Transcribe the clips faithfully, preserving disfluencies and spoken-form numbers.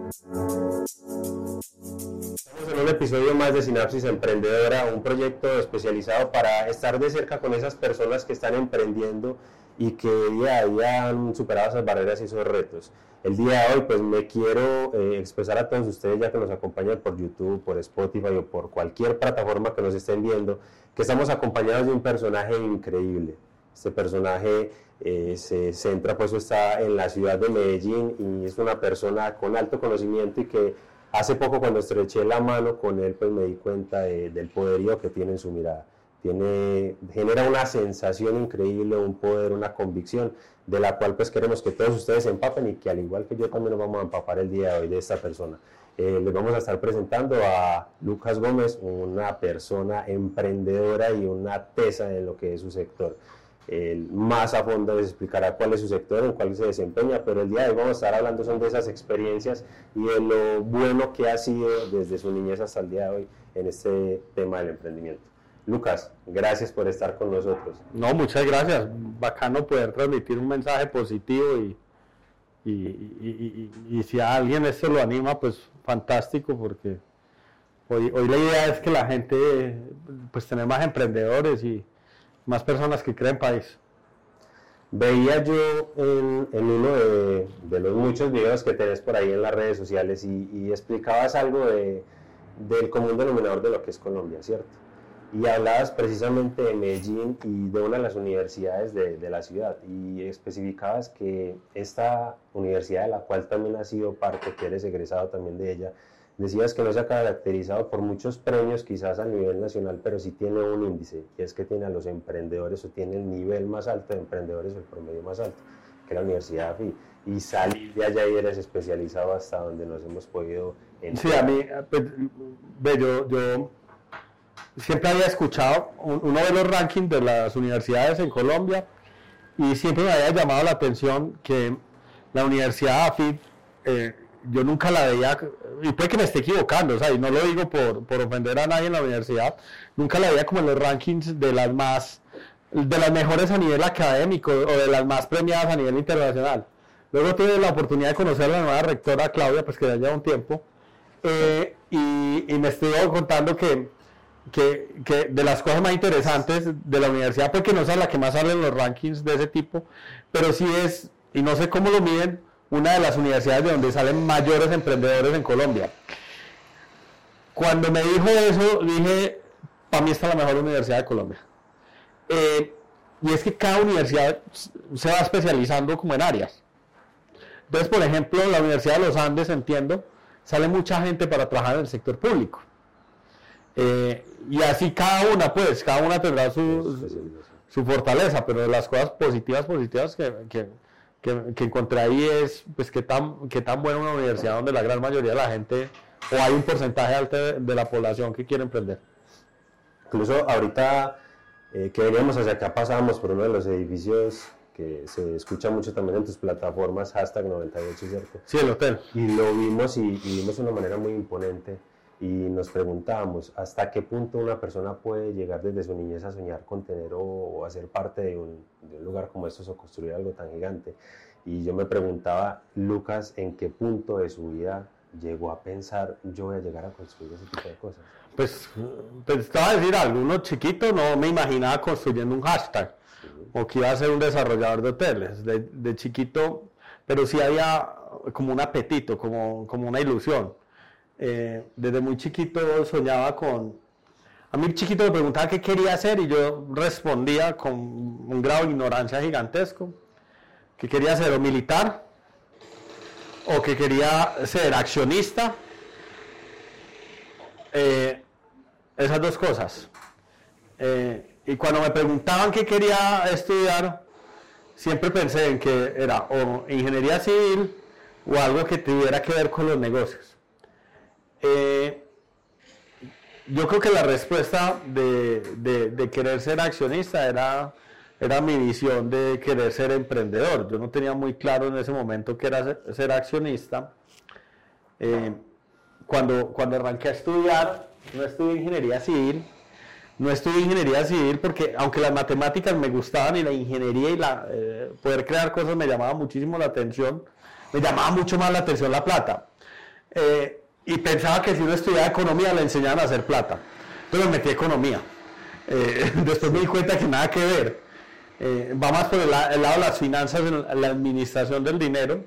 Estamos en un episodio más de Sinapsis Emprendedora, un proyecto especializado para estar de cerca con esas personas que están emprendiendo y que día a día han superado esas barreras y esos retos. El día de hoy pues me quiero eh, expresar a todos ustedes, ya que nos acompañan por YouTube, por Spotify o por cualquier plataforma que nos estén viendo, que estamos acompañados de un personaje increíble. Este personaje eh, se centra, pues está en la ciudad de Medellín y es una persona con alto conocimiento y que hace poco cuando estreché la mano con él pues me di cuenta de, del poderío que tiene en su mirada. Tiene, genera una sensación increíble, un poder, una convicción de la cual pues queremos que todos ustedes se empapen y que al igual que yo también nos vamos a empapar el día de hoy de esta persona. Eh, les vamos a estar presentando a Lucas Gómez, una persona emprendedora y una tesa en lo que es su sector. Eh, más a fondo les explicará cuál es su sector, en cuál se desempeña, pero el día de hoy vamos a estar hablando son de esas experiencias y de lo bueno que ha sido desde su niñez hasta el día de hoy en este tema del emprendimiento. Lucas, gracias por estar con nosotros. No, muchas gracias. Bacano poder transmitir un mensaje positivo y, y, y, y, y si a alguien esto lo anima, pues fantástico, porque hoy, hoy la idea es que la gente, pues tener más emprendedores y más personas que creen país. Veía yo en, en uno de, de los muchos videos que tenés por ahí en las redes sociales y, y explicabas algo de, del común denominador de lo que es Colombia, ¿cierto? Y hablabas precisamente de Medellín y de una de las universidades de, de la ciudad y especificabas que esta universidad de la cual también has sido parte, que eres egresado también de ella, decías que no se ha caracterizado por muchos premios quizás a nivel nacional, pero sí tiene un índice, y es que tiene a los emprendedores o tiene el nivel más alto de emprendedores o el promedio más alto, que es la Universidad A F I, y salir de allá y eres especializado hasta donde nos hemos podido entrar. Sí, a mí, pues, ve, yo, yo siempre había escuchado uno de los rankings de las universidades en Colombia y siempre me había llamado la atención que la Universidad A F I, eh, yo nunca la veía, y puede que me esté equivocando, o sea, y no lo digo por, por ofender a nadie en la universidad, nunca la veía como en los rankings de las más, de las mejores a nivel académico o de las más premiadas a nivel internacional. Luego tuve la oportunidad de conocer a la nueva rectora Claudia, pues que ya lleva un tiempo, eh, y, y me estuvo contando que, que, que de las cosas más interesantes de la universidad, porque no es la que más sale en los rankings de ese tipo, pero sí es, y no sé cómo lo miden, una de las universidades de donde salen mayores emprendedores en Colombia. Cuando me dijo eso, dije, para mí esta es la mejor universidad de Colombia. Eh, y es que cada universidad se va especializando como en áreas. Entonces, por ejemplo, en la Universidad de los Andes, entiendo, sale mucha gente para trabajar en el sector público. Eh, y así cada una, pues, cada una tendrá su, su fortaleza, pero de las cosas positivas, positivas que... que Que, que encontré ahí es pues qué tan, qué tan buena una universidad donde la gran mayoría de la gente, o hay un porcentaje alto de, de la población que quiere emprender. Incluso ahorita eh, que veníamos hacia acá pasábamos por uno de los edificios que se escucha mucho también en tus plataformas, hashtag noventa y ocho, ¿cierto? Sí, el hotel. Y lo vimos y, y vimos de una manera muy imponente y nos preguntábamos hasta qué punto una persona puede llegar desde su niñez a soñar con tener o, o hacer parte de un, de un lugar como estos o construir algo tan gigante. Y yo me preguntaba, Lucas, ¿en qué punto de su vida llegó a pensar yo voy a llegar a construir ese tipo de cosas? Pues, pues te voy a decir algo, uno chiquito no me imaginaba construyendo un hashtag, sí, o que iba a ser un desarrollador de hoteles, de, de chiquito, pero sí había como un apetito, como, como una ilusión. Eh, desde muy chiquito soñaba con... A mí chiquito me preguntaba qué quería hacer y yo respondía con un grado de ignorancia gigantesco, que quería ser o militar, o que quería ser accionista, eh, esas dos cosas. Eh, y cuando me preguntaban qué quería estudiar, siempre pensé en que era o ingeniería civil o algo que tuviera que ver con los negocios. Eh, yo creo que la respuesta de, de, de querer ser accionista era, era mi visión de querer ser emprendedor. Yo no tenía muy claro en ese momento que era ser, ser accionista. Eh, cuando, cuando arranqué a estudiar, no estudié ingeniería civil, no estudié ingeniería civil porque aunque las matemáticas me gustaban y la ingeniería y la, eh, poder crear cosas me llamaba muchísimo la atención, me llamaba mucho más la atención la plata. eh, y pensaba que si uno estudiaba economía le enseñaban a hacer plata. Entonces me metí a economía. Eh, después me di cuenta que nada que ver. Eh, va más por el, la, el lado de las finanzas, la administración del dinero.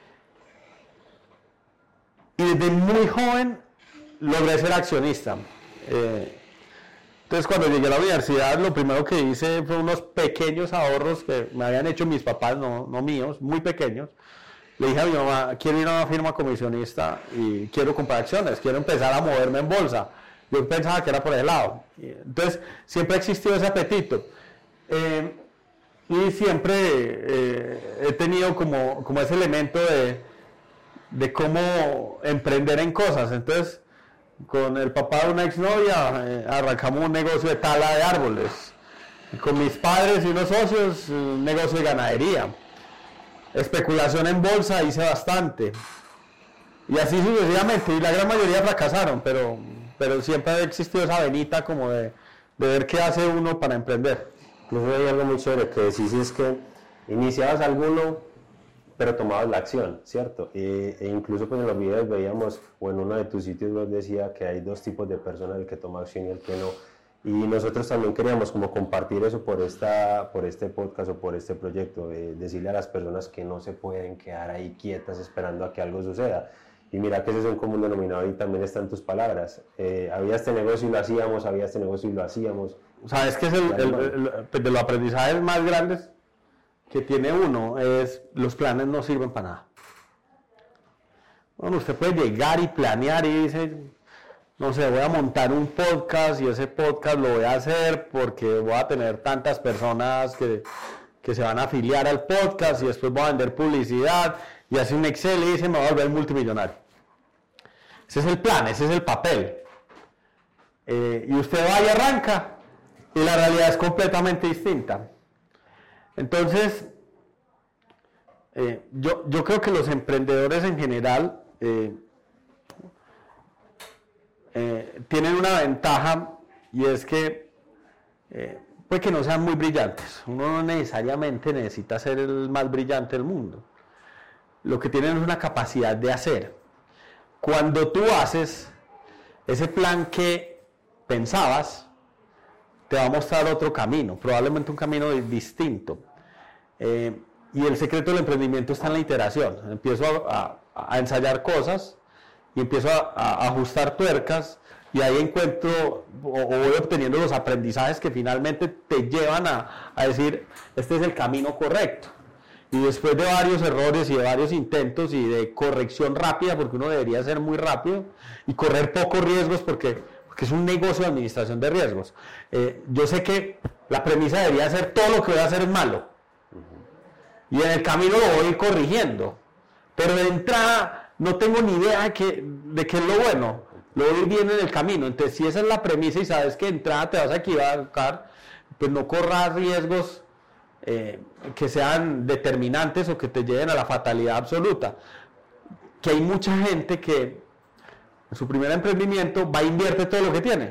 Y desde muy joven logré ser accionista. Eh, entonces cuando llegué a la universidad lo primero que hice fue unos pequeños ahorros que me habían hecho mis papás, no, no míos, muy pequeños. Le dije a mi mamá, quiero ir a una firma comisionista y quiero comprar acciones, quiero empezar a moverme en bolsa. Yo pensaba que era por el lado. Entonces siempre ha existido ese apetito. Eh, y siempre eh, he tenido como, como ese elemento de, de cómo emprender en cosas. Entonces, con el papá de una exnovia eh, arrancamos un negocio de tala de árboles. Con mis padres y unos socios, un negocio de ganadería. Especulación en bolsa hice bastante. Y así sucesivamente. Y la gran mayoría fracasaron, pero, pero siempre ha existido esa venita como de, de ver qué hace uno para emprender. Incluso hay algo muy chévere que decís, es que iniciabas alguno, pero tomabas la acción, ¿cierto? E, e incluso pues en los videos veíamos, o en uno de tus sitios web decía que hay dos tipos de personas, el que toma acción y el que no. Y nosotros también queríamos como compartir eso por, esta, por este podcast o por este proyecto, eh, decirle a las personas que no se pueden quedar ahí quietas esperando a que algo suceda. Y mira que ese es un común denominador y también está en tus palabras. Eh, había este negocio y lo hacíamos, había este negocio y lo hacíamos. ¿Sabes qué es el, el, el, el, de los aprendizajes más grandes que tiene uno? Es los planes no sirven para nada. Bueno, usted puede llegar y planear y dice, no sé, voy a montar un podcast y ese podcast lo voy a hacer porque voy a tener tantas personas que, que se van a afiliar al podcast y después voy a vender publicidad y hace un Excel y dice, me voy a volver multimillonario. Ese es el plan, ese es el papel. Eh, y usted va y arranca. Y la realidad es completamente distinta. Entonces, eh, yo, yo creo que los emprendedores en general eh, eh, tienen una ventaja y es que eh, puede que no sean muy brillantes. Uno no necesariamente necesita ser el más brillante del mundo. Lo que tienen es una capacidad de hacer. Cuando tú haces ese plan que pensabas, te va a mostrar otro camino, probablemente un camino distinto. Eh, y el secreto del emprendimiento está en la iteración. Empiezo a, a, a ensayar cosas y empiezo a, a ajustar tuercas y ahí encuentro o, o voy obteniendo los aprendizajes que finalmente te llevan a, a decir, este es el camino correcto. Y después de varios errores y de varios intentos y de corrección rápida, porque uno debería ser muy rápido, y correr pocos riesgos porque... que es un negocio de administración de riesgos. Eh, yo sé que la premisa debería ser todo lo que voy a hacer es malo. Uh-huh. Y en el camino lo voy a ir corrigiendo. Pero de entrada no tengo ni idea de qué de qué es lo bueno. Lo voy a ir viendo en el camino. Entonces, si esa es la premisa y sabes que de entrada te vas a equivocar, pues no corras riesgos eh, que sean determinantes o que te lleven a la fatalidad absoluta. Que hay mucha gente que en su primer emprendimiento va a invierte todo lo que tiene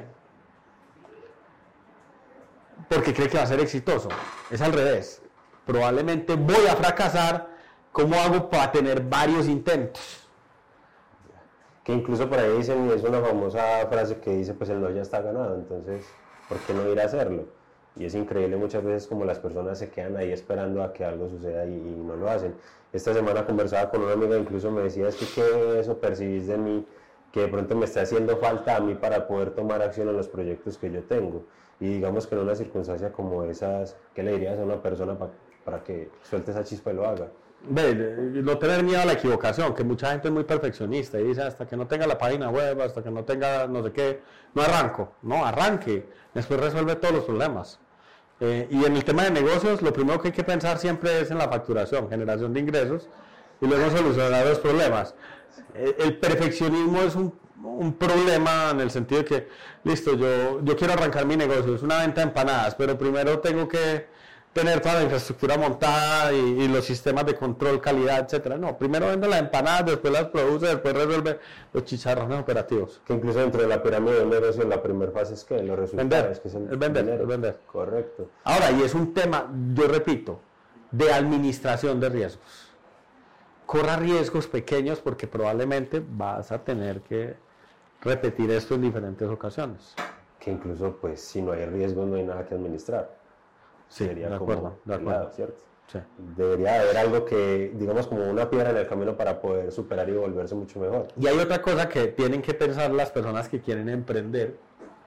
porque cree que va a ser exitoso. Es al revés. Probablemente voy a fracasar. ¿Cómo hago para tener varios intentos? Que incluso por ahí dicen, y es una famosa frase que dice, pues el no ya está ganado, entonces ¿por qué no ir a hacerlo? Y es increíble muchas veces como las personas se quedan ahí esperando a que algo suceda y, y no lo hacen. Esta semana conversaba con una amiga, incluso me decía, es que ¿qué eso percibís de mí? Que de pronto me está haciendo falta a mí para poder tomar acción en los proyectos que yo tengo. Y digamos que en una circunstancia como esas, ¿qué le dirías a una persona pa, para que suelte esa chispa y lo haga? Ve, no tener miedo a la equivocación, que mucha gente es muy perfeccionista y dice hasta que no tenga la página web, hasta que no tenga no sé qué, no arranco. No, arranque, después resuelve todos los problemas. Eh, y en el tema de negocios, lo primero que hay que pensar siempre es en la facturación, generación de ingresos y luego solucionar los problemas. El perfeccionismo es un, un problema en el sentido de que, listo, yo, yo quiero arrancar mi negocio, es una venta de empanadas, pero primero tengo que tener toda la infraestructura montada y, y los sistemas de control, calidad, etcétera. No, primero vende las empanadas, después las produce, después resuelve los chicharrones operativos. Que incluso dentro de la pirámide de negocio, la primera fase es que los resultados. Vender, que es el es vender, dinero. es vender. Correcto. Ahora, y es un tema, yo repito, de administración de riesgos. corra riesgos pequeños porque probablemente vas a tener que repetir esto en diferentes ocasiones. Que incluso, pues, si no hay riesgo, no hay nada que administrar. Sí, Sería de acuerdo, como de el acuerdo. lado, ¿cierto? Sí. Debería haber algo que, digamos, como una piedra en el camino para poder superar y volverse mucho mejor. Y hay otra cosa que tienen que pensar las personas que quieren emprender.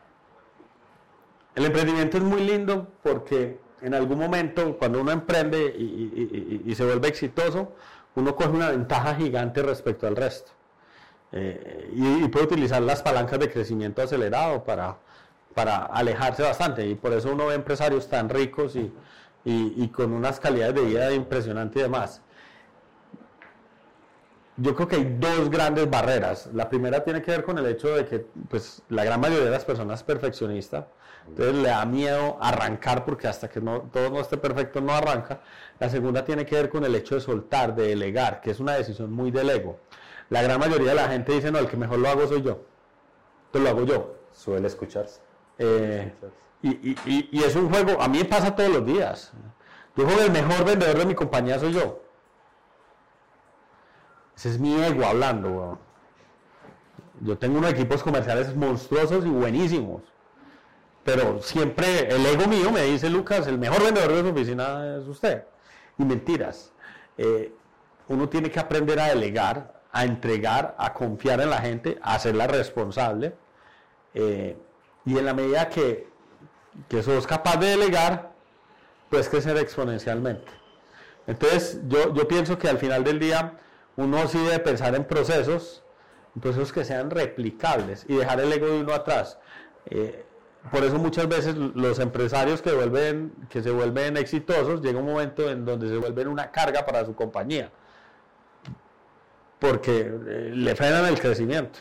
El emprendimiento es muy lindo porque en algún momento, cuando uno emprende y, y, y, y se vuelve exitoso, uno coge una ventaja gigante respecto al resto. Eh, y, y puede utilizar las palancas de crecimiento acelerado para, para alejarse bastante. Y por eso uno ve empresarios tan ricos y, y, y con unas calidades de vida impresionantes y demás. Yo creo que hay dos grandes barreras. La primera tiene que ver con el hecho de que pues, la gran mayoría de las personas es perfeccionista. Entonces le da miedo arrancar porque hasta que no, todo no esté perfecto no arranca. La segunda tiene que ver con el hecho de soltar, de delegar, que es una decisión muy del ego. La gran mayoría de la gente dice, no, el que mejor lo hago soy yo. Entonces lo hago yo. Suele escucharse. Eh, y, y, y, y es un juego, a mí me pasa todos los días. Yo juego el mejor vendedor de mi compañía soy yo. Ese es mi ego hablando, weón. Yo tengo unos equipos comerciales monstruosos y buenísimos. Pero siempre el ego mío me dice, Lucas, el mejor vendedor de su oficina es usted. Y mentiras. Eh, uno tiene que aprender a delegar, a entregar, a confiar en la gente, a hacerla responsable. Eh, y en la medida que, que sos capaz de delegar, puedes crecer exponencialmente. Entonces, yo, yo pienso que al final del día, uno sí debe pensar en procesos, en procesos que sean replicables y dejar el ego de uno atrás. Eh, por eso muchas veces los empresarios que, vuelven, que se vuelven exitosos, llega un momento en donde se vuelven una carga para su compañía, porque eh, le frenan el crecimiento.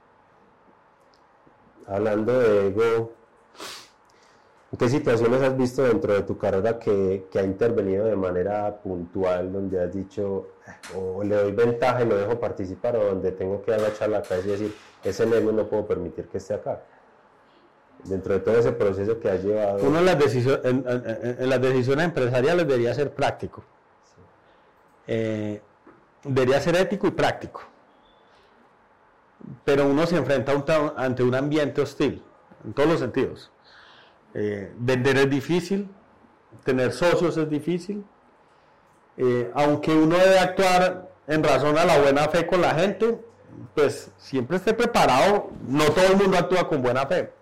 Hablando de ego, ¿en qué situaciones has visto dentro de tu carrera que, que ha intervenido de manera puntual, donde has dicho, o le doy ventaja y lo dejo participar, o donde tengo que agachar la cabeza y decir, ese ego no puedo permitir que esté acá? Dentro de todo ese proceso que has llevado. Uno en las, decisiones, en, en, en las decisiones empresariales debería ser práctico. Sí. Eh, debería ser ético y práctico. Pero uno se enfrenta un, ante un ambiente hostil, en todos los sentidos. Eh, vender es difícil, tener socios es difícil, eh, aunque uno debe actuar en razón a la buena fe con la gente, pues siempre esté preparado, no todo el mundo actúa con buena fe.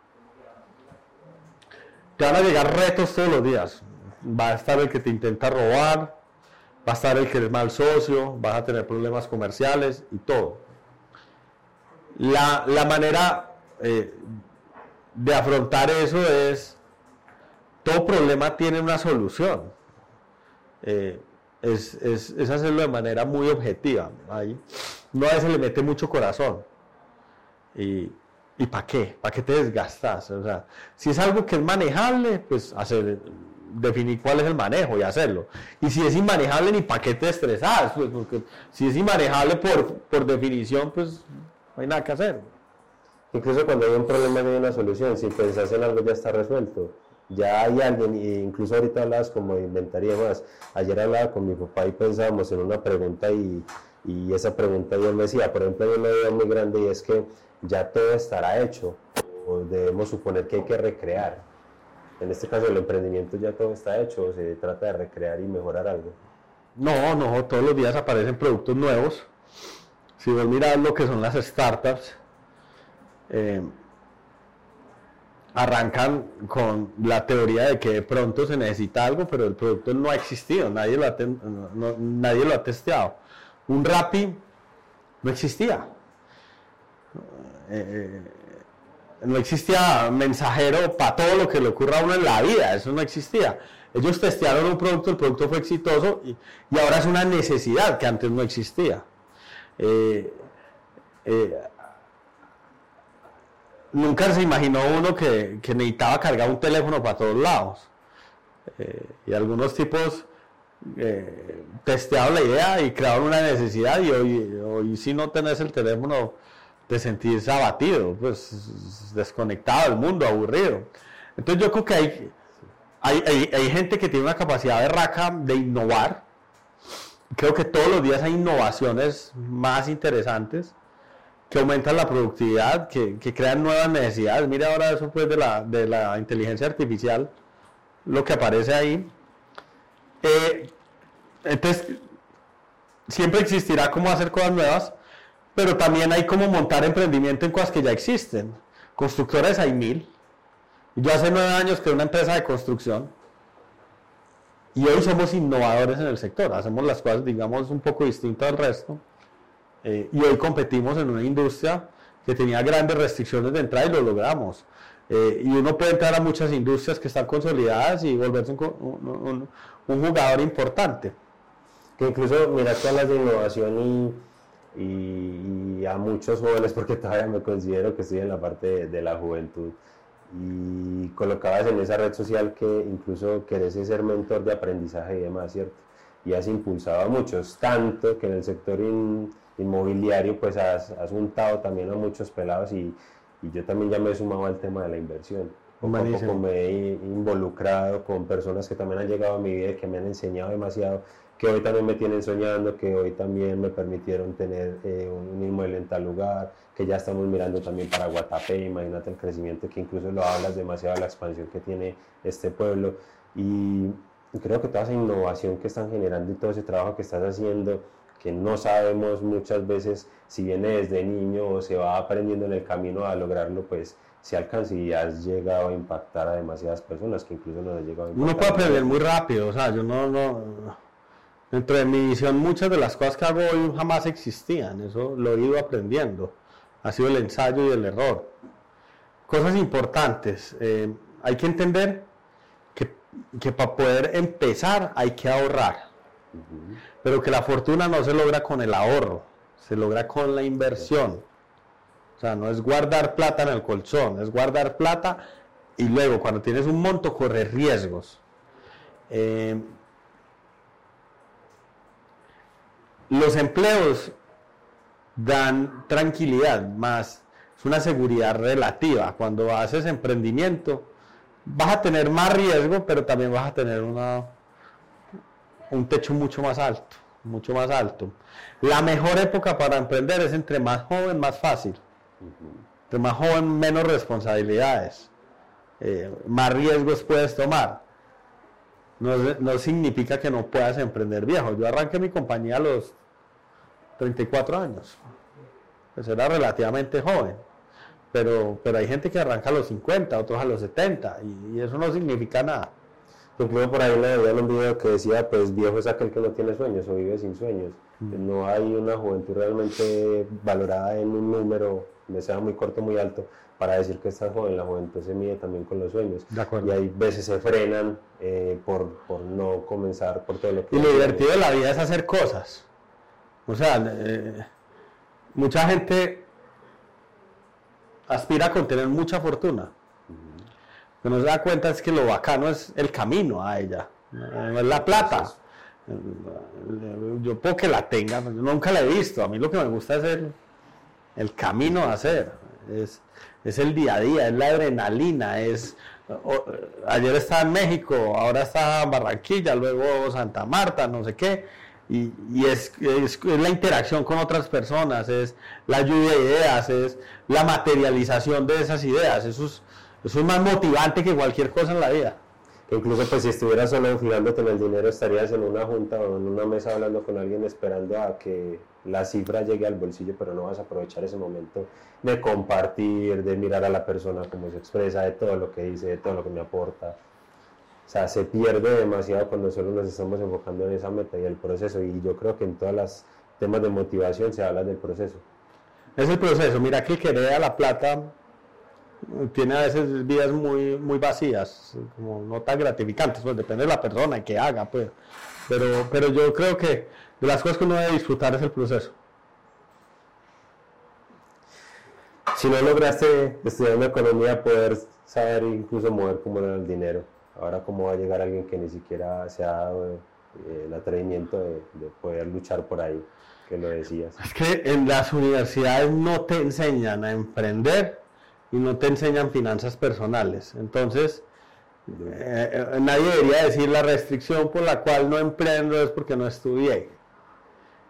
Te van a llegar retos todos los días, va a estar el que te intenta robar, va a estar el que es mal socio, vas a tener problemas comerciales y todo. La, la manera eh, de afrontar eso es, todo problema tiene una solución, eh, es, es, es hacerlo de manera muy objetiva. Ahí uno a veces le mete mucho corazón y, y ¿para qué? ¿Para qué te desgastas? O sea, si es algo que es manejable, pues hacer, definir cuál es el manejo y hacerlo. Y si es inmanejable, ni para qué te estresas, pues, porque si es inmanejable por, por definición, pues no hay nada que hacer. Incluso cuando hay un problema no hay una solución, si pensás en algo ya está resuelto. Ya hay alguien, e incluso ahorita hablabas como de inventaría más. Ayer hablaba con mi papá y pensábamos en una pregunta y, y esa pregunta yo me decía, por ejemplo, hay una idea muy grande y es que ya todo estará hecho o debemos suponer que hay que recrear. En este caso el emprendimiento ya todo está hecho, o se trata de recrear y mejorar algo. No, no, todos los días aparecen productos nuevos. Si vos mirás lo que son las startups, eh, arrancan con la teoría de que de pronto se necesita algo, pero el producto no ha existido, nadie lo ha, ten, no, nadie lo ha testeado. Un Rappi no existía. Eh, no existía mensajero para todo lo que le ocurra a uno en la vida, eso no existía. Ellos testearon un producto, el producto fue exitoso y, y ahora es una necesidad que antes no existía. Eh, eh, nunca se imaginó uno que, que necesitaba cargar un teléfono para todos lados. Eh, y algunos tipos eh, testearon la idea y crearon una necesidad y hoy, hoy si no tenés el teléfono te sentís abatido, pues desconectado del mundo, aburrido. Entonces yo creo que hay, hay, hay, hay gente que tiene una capacidad berraca de innovar creo que todos los días hay innovaciones más interesantes que aumentan la productividad, que, que crean nuevas necesidades. Mira ahora eso pues de la, de la inteligencia artificial, lo que aparece ahí. Eh, entonces, siempre existirá cómo hacer cosas nuevas, pero también hay cómo montar emprendimiento en cosas que ya existen. Constructores hay mil. Yo hace nueve años creé una empresa de construcción y hoy somos innovadores en el sector, hacemos las cosas, digamos, un poco distintas al resto, eh, y hoy competimos en una industria que tenía grandes restricciones de entrada y lo logramos. Eh, y uno puede entrar a muchas industrias que están consolidadas y volverse un, un, un, un jugador importante. Que incluso, mira, tú hablas de innovación y, y, y a muchos jóvenes, porque todavía me considero que estoy en la parte de, de la juventud, y colocabas en esa red social que incluso querés ser mentor de aprendizaje y demás, ¿cierto? Y has impulsado a muchos, tanto que en el sector in, inmobiliario pues has, has juntado también a muchos pelados y, y yo también ya me he sumado al tema de la inversión. Poco a poco me he involucrado con personas que también han llegado a mi vida y que me han enseñado demasiado, que hoy también me tienen soñando, que hoy también me permitieron tener eh, un inmueble en tal lugar, que ya estamos mirando también para Guatapé. Imagínate el crecimiento, que incluso lo hablas demasiado de la expansión que tiene este pueblo, y creo que toda esa innovación que están generando y todo ese trabajo que estás haciendo, que no sabemos muchas veces si viene desde niño o se va aprendiendo en el camino a lograrlo, pues se alcanza y has llegado a impactar a demasiadas personas, que incluso nos han llegado a impactar. Uno puede aprender muy rápido, o sea, yo no, no, dentro de mi visión muchas de las cosas que hago hoy jamás existían, eso lo he ido aprendiendo, ha sido el ensayo y el error. Cosas importantes, eh, hay que entender que, que para poder empezar hay que ahorrar, uh-huh. pero que la fortuna no se logra con el ahorro, se logra con la inversión. O sea, no es guardar plata en el colchón, es guardar plata y luego cuando tienes un monto correr riesgos. Eh, los empleos dan tranquilidad, más es una seguridad relativa. Cuando haces emprendimiento vas a tener más riesgo, pero también vas a tener una, un techo mucho más alto, mucho más alto. La mejor época para emprender es entre más joven, más fácil. Entre más joven, menos responsabilidades, eh, más riesgos puedes tomar. No, no significa que no puedas emprender viejo. Yo arranqué mi compañía a los treinta y cuatro años, pues era relativamente joven, pero, pero hay gente que arranca a los cincuenta, otros a los setenta, y, y eso no significa nada. Incluso por ahí me veía en un video que decía, pues viejo es aquel que no tiene sueños o vive sin sueños. Mm. No hay una juventud realmente valorada en un número, me sea muy corto, muy alto, para decir que estás joven. La juventud se mide también con los sueños. De acuerdo. Y hay veces se frenan eh, por, por no comenzar, por todo lo que... Y lo divertido de la vida es hacer cosas. O sea, eh, mucha gente aspira con tener mucha fortuna. Lo que no se da cuenta es que lo bacano es el camino a ella, no es la plata. Yo puedo que la tenga, yo nunca la he visto. A mí lo que me gusta es el, el camino a hacer, es, es el día a día, es la adrenalina. Es, o, ayer estaba en México, ahora está en Barranquilla, luego Santa Marta, no sé qué. Y, y es, es, es la interacción con otras personas, es la lluvia de ideas, es la materialización de esas ideas. Eso es, eso es más motivante que cualquier cosa en la vida. Que incluso pues si estuvieras solo enfilándote en el dinero, estarías en una junta o en una mesa hablando con alguien esperando a que la cifra llegue al bolsillo, pero no vas a aprovechar ese momento de compartir, de mirar a la persona cómo se expresa, de todo lo que dice, de todo lo que me aporta. O sea, se pierde demasiado cuando solo nos estamos enfocando en esa meta y el proceso, y yo creo que en todos los temas de motivación se habla del proceso. Es el proceso. Mira que el que hereda la plata tiene a veces vidas muy, muy vacías, como no tan gratificantes, pues depende de la persona y qué haga, pues. Pero, pero yo creo que de las cosas que uno debe disfrutar es el proceso. Si no lograste estudiando economía poder saber incluso mover cómo era el dinero, ahora cómo va a llegar alguien que ni siquiera se ha dado eh, el atrevimiento de, de poder luchar por ahí, que lo decías. Es que en las universidades no te enseñan a emprender y no te enseñan finanzas personales. Entonces, eh, nadie debería decir la restricción por la cual no emprendo es porque no estudié.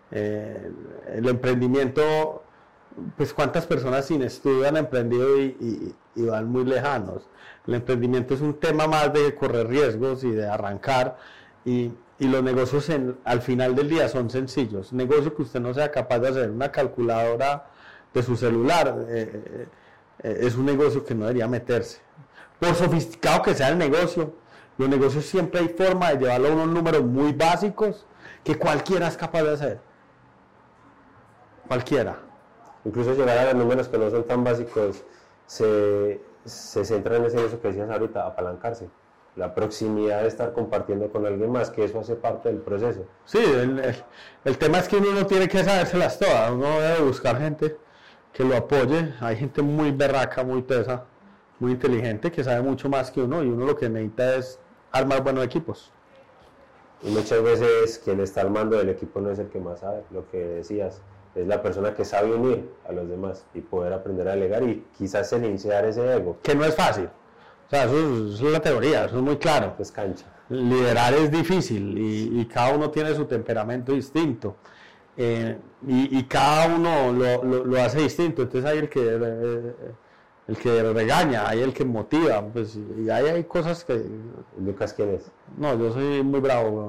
Eh, el emprendimiento, pues cuántas personas sin estudio han emprendido y, y, y van muy lejanos. El emprendimiento es un tema más de correr riesgos y de arrancar, y, y los negocios en, al final del día son sencillos. Un negocio que usted no sea capaz de hacer una calculadora de su celular eh, eh, es un negocio que no debería meterse. Por sofisticado que sea el negocio, los negocios siempre hay forma de llevarlo a unos números muy básicos que cualquiera es capaz de hacer. Cualquiera. Incluso llegar a los números que no son tan básicos se, se centra en ese eso que decías ahorita, apalancarse. La proximidad de estar compartiendo con alguien más, que eso hace parte del proceso. Sí, el, el, el tema es que uno no tiene que sabérselas todas, uno debe buscar gente que lo apoye. Hay gente muy berraca, muy tesa, muy inteligente, que sabe mucho más que uno, y uno lo que necesita es armar buenos equipos. Y muchas veces quien está al mando del equipo no es el que más sabe, lo que decías, es la persona que sabe unir a los demás y poder aprender a delegar y quizás silenciar ese ego. Que no es fácil, o sea, eso es, eso es la teoría, eso es muy claro. Es cancha. Liderar es difícil y, y cada uno tiene su temperamento distinto, eh, y, y cada uno lo, lo, lo hace distinto. Entonces hay el que eh, el que regaña, hay el que motiva, pues, y hay, hay cosas que... ¿Lucas quién es? No, yo soy muy bravo.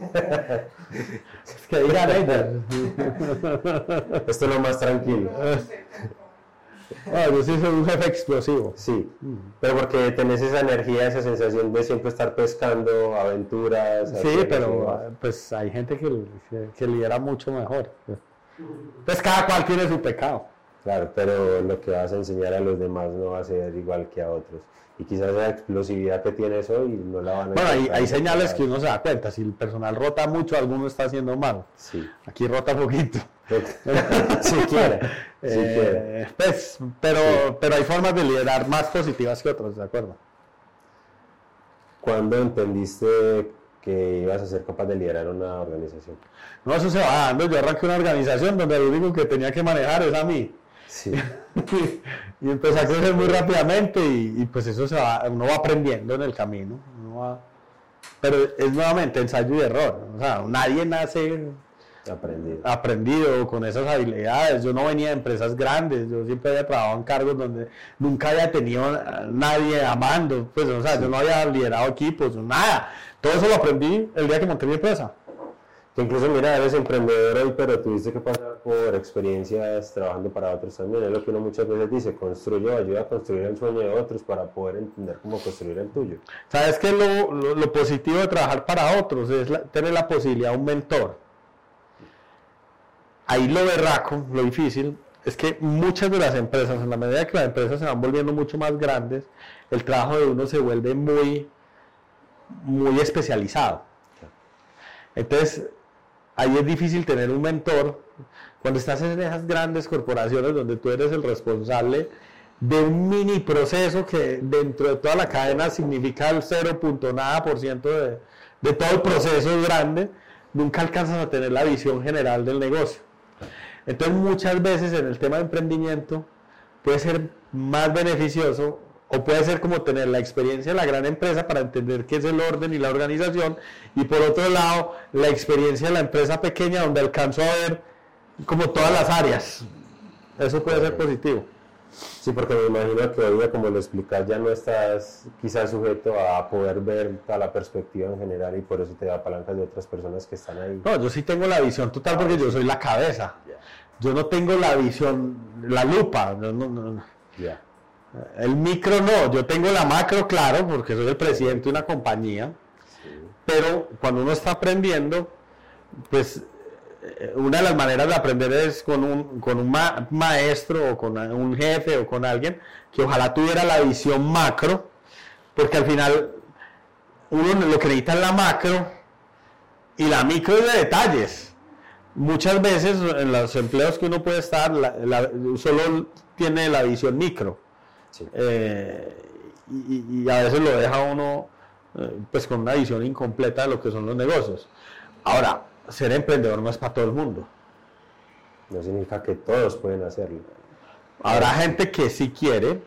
Es que digan ellas. Esto es lo más tranquilo. No, yo sí soy un jefe explosivo. Sí, pero porque tenés esa energía, esa sensación de siempre estar pescando aventuras. Sí, pero pues hay gente que, que, que lidera mucho mejor. Pues cada cual tiene su pecado. Claro, pero lo que vas a enseñar a los demás no va a ser igual que a otros. Y quizás la explosividad que tienes hoy no la van a... Bueno, hay, hay señales que uno se da cuenta. Si el personal rota mucho, alguno está haciendo mal. Sí. Aquí rota poquito. Siquiera. Eh, pues, pero, sí. pero hay formas de liderar más positivas que otras, ¿de acuerdo? ¿Cuándo entendiste que ibas a ser capaz de liderar una organización? No, eso se va dando. Yo arranqué una organización donde lo único que tenía que manejar es a mí. Sí. Y empecé a crecer muy rápidamente y, y pues eso se va, uno va aprendiendo en el camino. Uno va, pero es nuevamente ensayo y error. O sea, nadie nace aprendido. aprendido con esas habilidades. Yo no venía de empresas grandes, yo siempre había trabajado en cargos donde nunca había tenido a nadie amando. Pues, o sea, sí. Yo no había liderado equipos, nada. Todo eso lo aprendí el día que monté mi empresa. Que incluso, mira, eres emprendedor hoy, pero tuviste que pasar por experiencias trabajando para otros también. Es lo que uno muchas veces dice, construyo, ayuda a construir el sueño de otros para poder entender cómo construir el tuyo. ¿Sabes qué? Lo, lo, lo positivo de trabajar para otros es la, tener la posibilidad de un mentor. Ahí lo berraco, lo difícil, es que muchas de las empresas, en la medida que las empresas se van volviendo mucho más grandes, el trabajo de uno se vuelve muy, muy especializado. Entonces, ahí es difícil tener un mentor cuando estás en esas grandes corporaciones donde tú eres el responsable de un mini proceso que dentro de toda la cadena significa el cero punto nada por ciento de, de todo el proceso es grande, nunca alcanzas a tener la visión general del negocio. Entonces muchas veces en el tema de emprendimiento puede ser más beneficioso o puede ser como tener la experiencia de la gran empresa para entender qué es el orden y la organización, y por otro lado la experiencia de la empresa pequeña donde alcanzo a ver como todas las áreas. Eso puede ser positivo. Sí, porque me imagino que hoy, como lo explicas, ya no estás quizás sujeto a poder ver toda la perspectiva en general y por eso te da palancas de otras personas que están ahí. No, yo sí tengo la visión total porque yo soy la cabeza. Yo no tengo la visión, la lupa. No, no, no. Yeah. El micro no, yo tengo la macro, claro, porque soy el presidente de una compañía, sí. Pero cuando uno está aprendiendo, pues una de las maneras de aprender es con un, con un ma maestro o con un jefe o con alguien que ojalá tuviera la visión macro, porque al final uno lo que necesita es la macro y la micro es de detalles. Muchas veces en los empleos que uno puede estar, la, la, solo tiene la visión micro. Sí. Eh, y, y a veces lo deja uno eh, pues con una visión incompleta de lo que son los negocios. Ahora, ser emprendedor no es para todo el mundo. No significa que todos pueden hacerlo. Habrá gente que sí quiere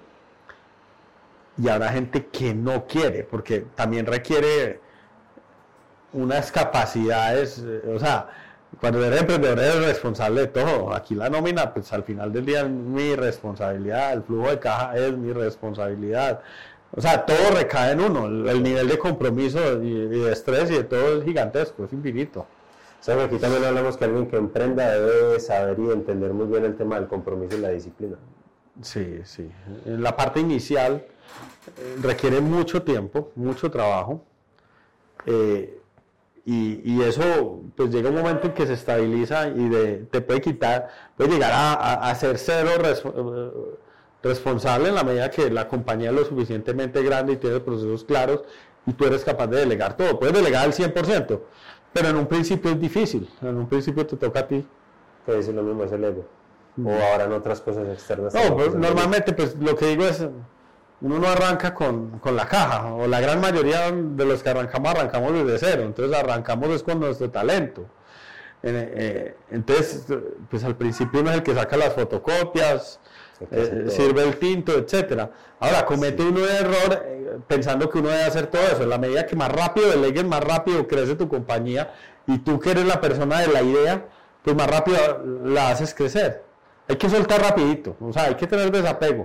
y habrá gente que no quiere, porque también requiere unas capacidades, o sea, Cuando eres emprendedor eres responsable de todo. Aquí la nómina, pues al final del día es mi responsabilidad, el flujo de caja es mi responsabilidad. O sea, todo recae en uno, el, el nivel de compromiso y, y de estrés y de todo es gigantesco, es infinito. O sea, aquí también hablamos que alguien que emprenda debe saber y entender muy bien el tema del compromiso y la disciplina. Sí, sí. En la parte inicial eh, requiere mucho tiempo, mucho trabajo. Eh, Y, y eso, pues llega un momento en que se estabiliza y de, te puede quitar, puede llegar a, a, a ser cero res, responsable en la medida que la compañía es lo suficientemente grande y tiene procesos claros y tú eres capaz de delegar todo. Puedes delegar el cien por ciento, pero en un principio es difícil, en un principio te toca a ti. Que es lo mismo, es el ego. O ahora en otras cosas externas. No, pues, normalmente pues lo que digo es, uno no arranca con, con la caja, o la gran mayoría de los que arrancamos, arrancamos desde cero, entonces arrancamos es con nuestro talento. Eh, eh, entonces, pues al principio uno es el que saca las fotocopias, eh, sirve el tinto, etcétera. Ahora, comete sí. uno un error eh, pensando que uno debe hacer todo eso. En la medida que más rápido delegues, más rápido crece tu compañía, y tú que eres la persona de la idea, pues más rápido la haces crecer. Hay que soltar rapidito, o sea, hay que tener desapego.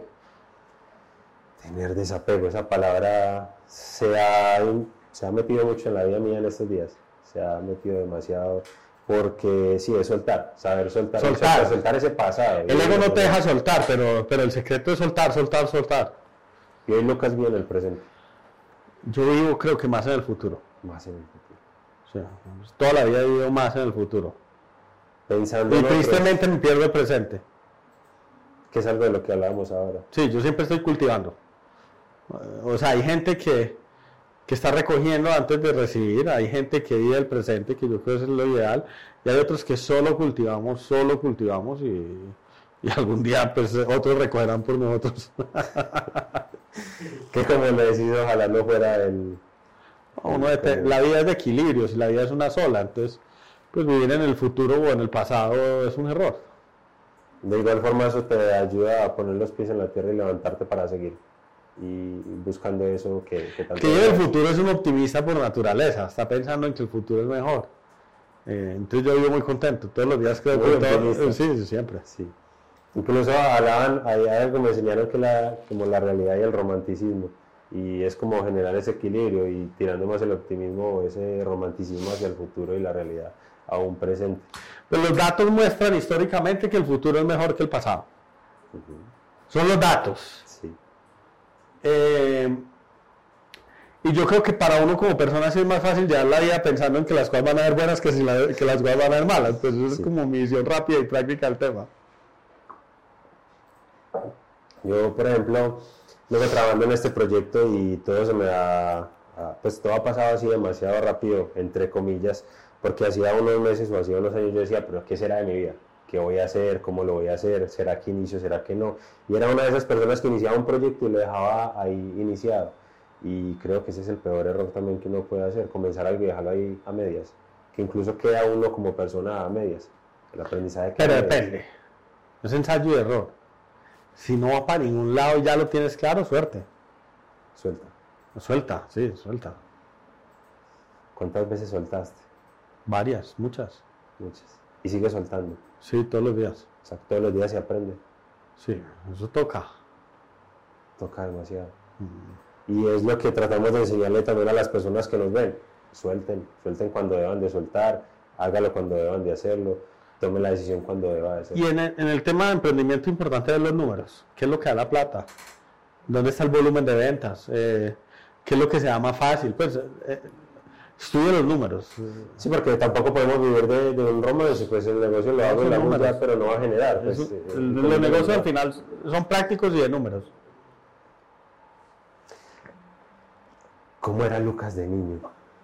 Tener desapego, esa palabra se ha, se ha metido mucho en la vida mía en estos días, se ha metido demasiado, porque sí, es soltar, saber soltar, soltar, soltar, soltar ese pasado. El ego no te deja soltar, pero, pero el secreto es soltar, soltar, soltar. Y hoy Lucas vive en el presente. Yo vivo, creo que más en el futuro. Más en el futuro. O sea, toda la vida he vivido más en el futuro. Pensando y en tristemente otros, me pierdo el presente. Que es algo de lo que hablábamos ahora. Sí, yo siempre estoy cultivando. O sea, hay gente que, que está recogiendo antes de recibir, hay gente que vive el presente, que yo creo que es lo ideal, y hay otros que solo cultivamos, solo cultivamos, y, y algún día pues otros recogerán por nosotros. Que como le decís, ojalá no fuera el... Uno de, la vida es de equilibrios, y la vida es una sola, entonces pues vivir en el futuro o en el pasado es un error. De igual forma eso te ayuda a poner los pies en la tierra y levantarte para seguir. Y buscando eso que, que tanto... Que el futuro es un optimista por naturaleza, está pensando en que el futuro es mejor. Eh, entonces yo vivo muy contento, todos los días creo que todo, sí, siempre. Sí. Incluso hablaban, hay algo que me enseñaron que la, como la realidad y el romanticismo, y es como generar ese equilibrio y tirando más el optimismo, ese romanticismo hacia el futuro y la realidad a un presente. Pues los datos muestran históricamente que el futuro es mejor que el pasado. Uh-huh. Son los datos. Sí. Eh, y yo creo que para uno como persona sí es más fácil llevar la vida pensando en que las cosas van a ser buenas que, si la, que las cosas van a ser malas. Entonces sí. Es como mi visión rápida y práctica del tema. Yo, por ejemplo, luego trabajando en este proyecto y todo se me ha, pues todo ha pasado así demasiado rápido, entre comillas, porque hacía unos meses o hacía unos años yo decía, pero ¿qué será de mi vida? ¿Qué voy a hacer? ¿Cómo lo voy a hacer? ¿Será que inicio? ¿Será que no? Y era una de esas personas que iniciaba un proyecto y lo dejaba ahí iniciado. Y creo que ese es el peor error también que uno puede hacer, comenzar algo y dejarlo ahí a medias. Que incluso queda uno como persona a medias. El aprendizaje Pero depende. Es ensayo y error. Si no va para ningún lado y ya lo tienes claro, suerte. Suelta. Suelta, sí, suelta. ¿Cuántas veces soltaste? Varias, muchas. Muchas. ¿Y sigue soltando? Sí, todos los días. O sea, todos los días se aprende. Sí, eso toca. Toca demasiado. Mm. Y es lo que tratamos de enseñarle también a las personas que nos ven. Suelten, suelten cuando deban de soltar, hágalo cuando deban de hacerlo, tomen la decisión cuando deba de hacerlo. Y en el, en el tema de emprendimiento importante ver los números. ¿Qué es lo que da la plata? ¿Dónde está el volumen de ventas? Eh, ¿Qué es lo que se da más fácil? Pues... Eh, estudia los números. Sí, porque tampoco podemos vivir de, de un romance, pues el negocio lo hago en la música, pero no va a generar. Pues, Eso, eh, el, los negocios al final son prácticos y de números. ¿Cómo era Lucas de niño?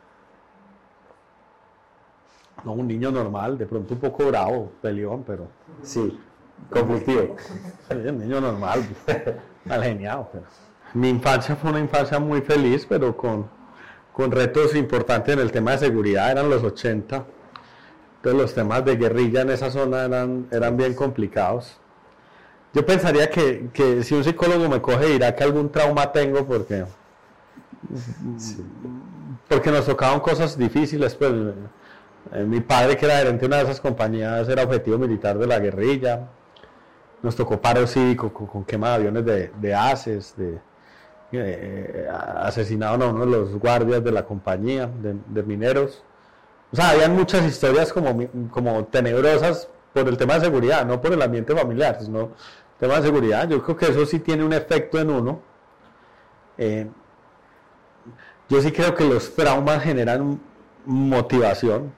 No, un niño normal, de pronto un poco bravo, peleón, pero... Sí, conflictivo. Sí, un niño normal, mal geniado. Pero... Mi infancia fue una infancia muy feliz, pero con... con retos importantes en el tema de seguridad, eran los ochenta, entonces los temas de guerrilla en esa zona eran, eran bien complicados. Yo pensaría que, que si un psicólogo me coge dirá que algún trauma tengo porque, sí. porque nos tocaban cosas difíciles, pues Eh, mi padre, que era gerente de una de esas compañías, era objetivo militar de la guerrilla. Nos tocó paro cívico con, con quema de aviones de, de ACES, de, eh, asesinaron a uno de los guardias de la compañía de, de mineros. O sea, habían muchas historias como, como tenebrosas por el tema de seguridad, no por el ambiente familiar, sino el tema de seguridad. Yo creo que eso sí tiene un efecto en uno. Eh, yo sí creo que los traumas generan motivación.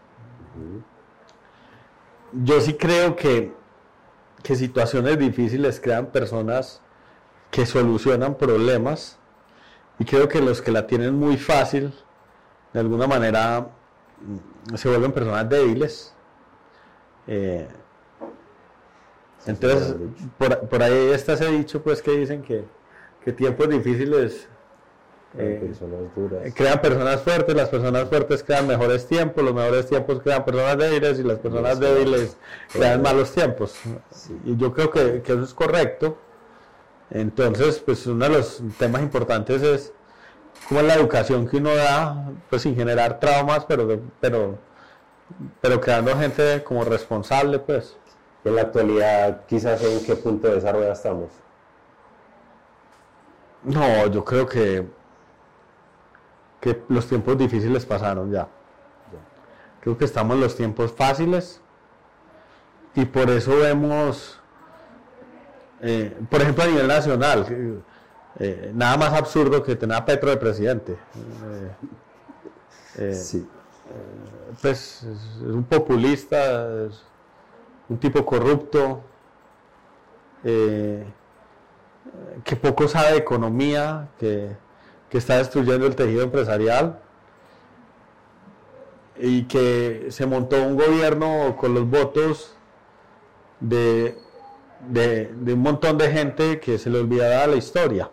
Yo sí creo que, que situaciones difíciles crean personas que solucionan problemas, y creo que los que la tienen muy fácil, de alguna manera, se vuelven personas débiles. Eh, entonces, por, por ahí está ese dicho, pues, que dicen que, que tiempos difíciles eh, personas duras. crean personas fuertes, las personas fuertes crean mejores tiempos, los mejores tiempos crean personas débiles, y las personas débiles crean malos tiempos. Sí. Y yo creo que, que eso es correcto. Entonces, pues uno de los temas importantes es cómo es la educación que uno da, pues sin generar traumas, pero, pero, pero creando gente como responsable, pues. En la actualidad, quizás, ¿en qué punto de esa rueda estamos? No, yo creo que, que los tiempos difíciles pasaron ya. ya. Creo que estamos en los tiempos fáciles, y por eso vemos, eh, por ejemplo, a nivel nacional, eh, nada más absurdo que tener a Petro de presidente. Eh, eh, sí. eh, pues es un populista, es un tipo corrupto, eh, que poco sabe de economía, que, que está destruyendo el tejido empresarial, y que se montó un gobierno con los votos de, de, de un montón de gente que se le olvidaba la historia,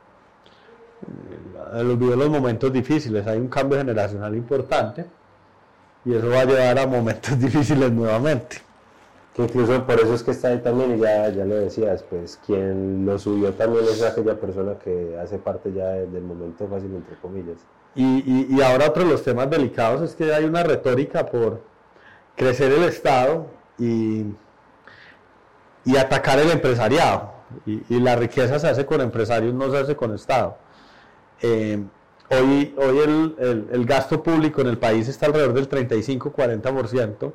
se le olvidó los momentos difíciles. Hay un cambio generacional importante, y eso va a llevar a momentos difíciles nuevamente. Que incluso por eso es que está ahí también, y ya, ya lo decías, pues quien lo subió también es aquella persona que hace parte ya de, del momento fácil, entre comillas. Y, y, y ahora otro de los temas delicados es que hay una retórica por crecer el Estado y, y atacar el empresariado, y, y la riqueza se hace con empresarios, no se hace con Estado. Eh, hoy hoy el, el, el gasto público en el país está alrededor del treinta y cinco a cuarenta por ciento,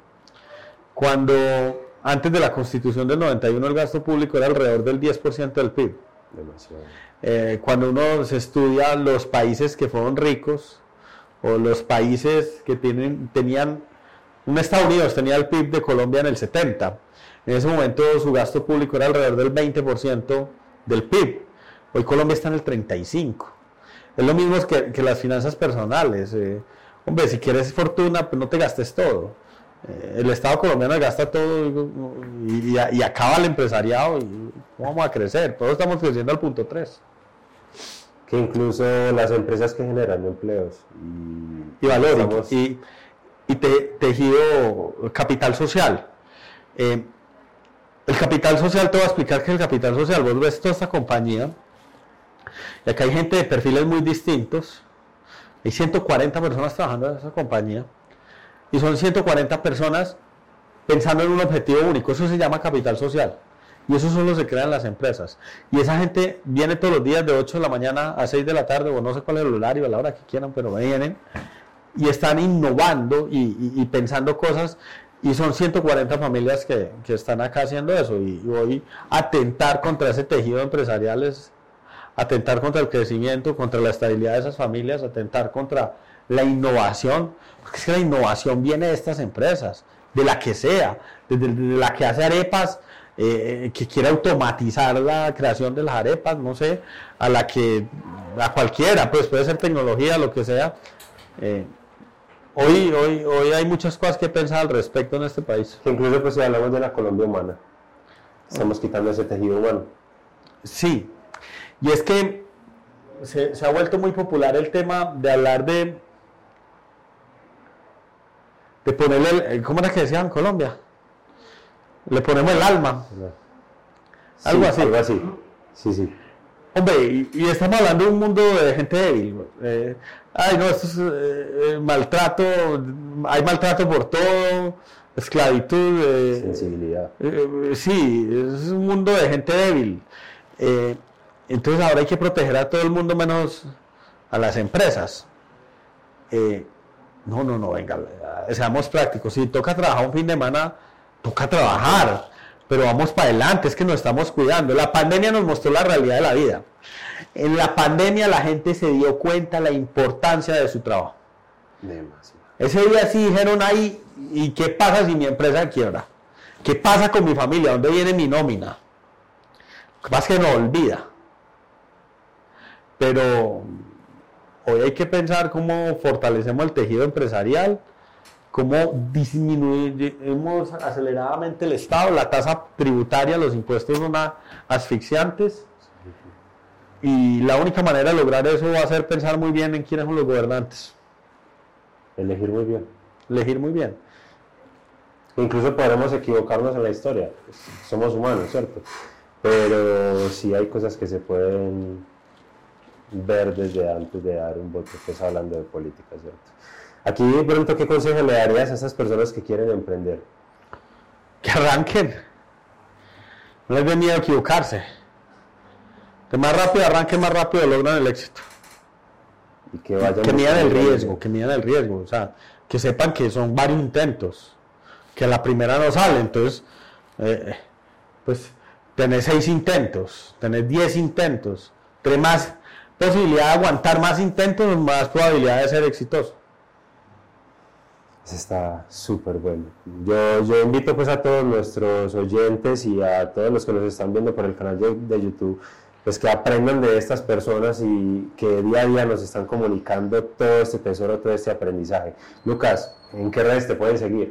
cuando antes de la Constitución del noventa y uno el gasto público era alrededor del diez por ciento del P I B. Demasiado. Eh, cuando uno se estudia los países que fueron ricos, o los países que tienen, tenían, un Estados Unidos tenía el P I B de Colombia en el setenta, en ese momento su gasto público era alrededor del veinte por ciento del P I B, hoy Colombia está en el treinta y cinco por ciento. Es lo mismo que, que las finanzas personales. Eh, hombre, si quieres fortuna, pues no te gastes todo. Eh, el Estado colombiano gasta todo, y, y, y acaba el empresariado, y ¿cómo vamos a crecer? Todos estamos creciendo al punto tres. Que incluso las empresas que generan empleos y, y valor, estamos... y, y te, tejido capital social. Eh, el capital social, te voy a explicar que el capital social, vos ves toda esta compañía, y acá hay gente de perfiles muy distintos, hay ciento cuarenta personas trabajando en esa compañía, y son ciento cuarenta personas pensando en un objetivo único. Eso se llama capital social, y eso solo se crea en las empresas, y esa gente viene todos los días de ocho de la mañana a seis de la tarde, o no sé cuál es el horario, a la hora que quieran, pero vienen y están innovando y, y, y pensando cosas, y son ciento cuarenta familias que, que están acá haciendo eso. Y, y hoy atentar contra ese tejido empresarial es atentar contra el crecimiento, contra la estabilidad de esas familias, atentar contra la innovación, porque es que la innovación viene de estas empresas, de la que sea, desde de la que hace arepas, eh, que quiere automatizar la creación de las arepas, no sé, a la que, a cualquiera, pues puede ser tecnología, lo que sea. Eh, hoy, hoy, hoy hay muchas cosas que pensar al respecto en este país. Que incluso pues si hablamos de la Colombia humana, estamos quitando ese tejido humano. Sí. Y es que se, se ha vuelto muy popular el tema de hablar de, de ponerle, el, ¿cómo era que decían en Colombia? Le ponemos el alma. Sí, Algo así. Algo así, sí, sí. Hombre, y, y estamos hablando de un mundo de gente débil. Eh, ay, no, esto es eh, maltrato, hay maltrato por todo, esclavitud. Eh, Sensibilidad. Eh, sí, es un mundo de gente débil. Eh, entonces ahora hay que proteger a todo el mundo menos a las empresas. Eh, no, no, no, venga, seamos prácticos. Si toca trabajar un fin de semana, toca trabajar, pero vamos para adelante, es que nos estamos cuidando. La pandemia nos mostró la realidad de la vida. En la pandemia la gente se dio cuenta de la importancia de su trabajo. Demasiado. Ese día sí dijeron ahí, ¿y qué pasa si mi empresa quiebra? ¿Qué pasa con mi familia? ¿Dónde viene mi nómina? Lo que pasa es que no olvida. Pero hoy hay que pensar cómo fortalecemos el tejido empresarial, cómo disminuimos aceleradamente el Estado, la tasa tributaria, los impuestos son asfixiantes. Y la única manera de lograr eso va a ser pensar muy bien en quiénes son los gobernantes. Elegir muy bien. Elegir muy bien. Incluso podremos equivocarnos en la historia, somos humanos, ¿cierto? Pero sí hay cosas que se pueden ver desde antes de dar un voto, pues hablando de política, ¿cierto? Aquí, por ejemplo, ¿qué consejo le darías a esas personas que quieren emprender? Que arranquen. No les dé miedo equivocarse. Que más rápido arranquen, más rápido logran el éxito. Y que vayan que midan el buscando riesgo, que midan el riesgo, o sea, que sepan que son varios intentos, que a la primera no sale, entonces, eh, pues, tenés seis intentos, tenés diez intentos, tenés más posibilidad de aguantar más intentos, más probabilidad de ser exitoso. Eso está súper bueno. Yo, yo invito pues a todos nuestros oyentes y a todos los que nos están viendo por el canal de, de YouTube, pues que aprendan de estas personas y que día a día nos están comunicando todo este tesoro, todo este aprendizaje. Lucas, ¿en qué redes te pueden seguir?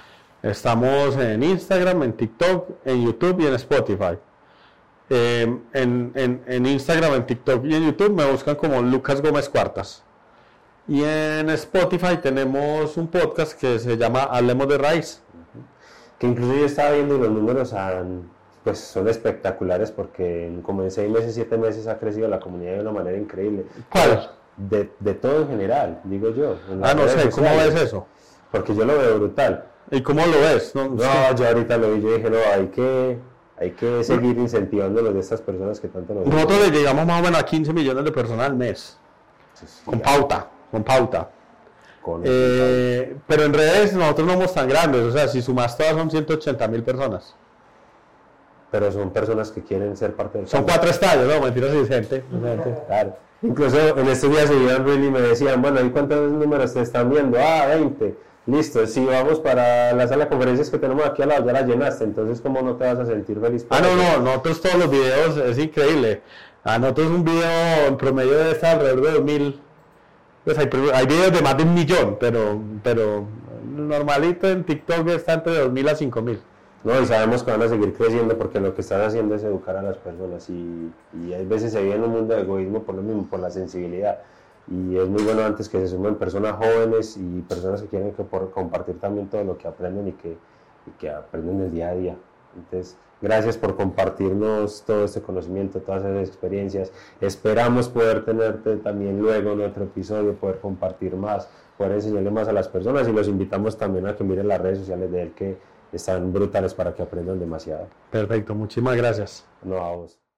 Estamos en Instagram, en TikTok, en YouTube y en Spotify. Eh, en, en, en Instagram, en TikTok y en YouTube me buscan como Lucas Gómez Cuartas. Y en Spotify tenemos un podcast que se llama Hablemos de Raíz. Que incluso yo estaba viendo y los números han, pues son espectaculares porque en como en seis meses, siete meses ha crecido la comunidad de una manera increíble. ¿Cuál? De, de todo en general, digo yo. Ah, no sé, ¿cómo ves eso? Porque yo lo veo brutal. ¿Y cómo lo ves? No, no yo ahorita lo vi, yo dije, no, hay que, hay que seguir incentivándolos de estas personas que tanto nos... Nosotros les llegamos más o menos a quince millones de personas al mes. Sí, sí, con ya. pauta, con pauta. Con eh, pero en redes nosotros no somos tan grandes, o sea, si sumas todas son ciento ochenta mil personas. Pero son personas que quieren ser parte del... Son cuatro estadios, no, mentiras, sí, gente. Claro. Incluso en estos días se iban y me decían, bueno, ¿y cuántos números te están viendo? Ah, veinte. Listo, si vamos para la sala de conferencias que tenemos aquí al lado, ya la llenaste, entonces ¿cómo no te vas a sentir feliz? Ah, no, no, nosotros todos los videos, es increíble. A nosotros un video en promedio debe estar alrededor de dos mil. Pues hay, hay videos de más de un millón, pero, pero normalito en TikTok está entre dos mil a cinco mil. No, y sabemos que van a seguir creciendo porque lo que están haciendo es educar a las personas y, y a veces se vive en un mundo de egoísmo por lo mismo, por la sensibilidad. Y es muy bueno antes que se sumen personas jóvenes y personas que quieren que por compartir también todo lo que aprenden y que, y que aprenden del día a día. Entonces, gracias por compartirnos todo este conocimiento, todas esas experiencias. Esperamos poder tenerte también luego en otro episodio, poder compartir más, poder enseñarle más a las personas y los invitamos también a que miren las redes sociales de él que están brutales para que aprendan demasiado. Perfecto, muchísimas gracias. No, a vos.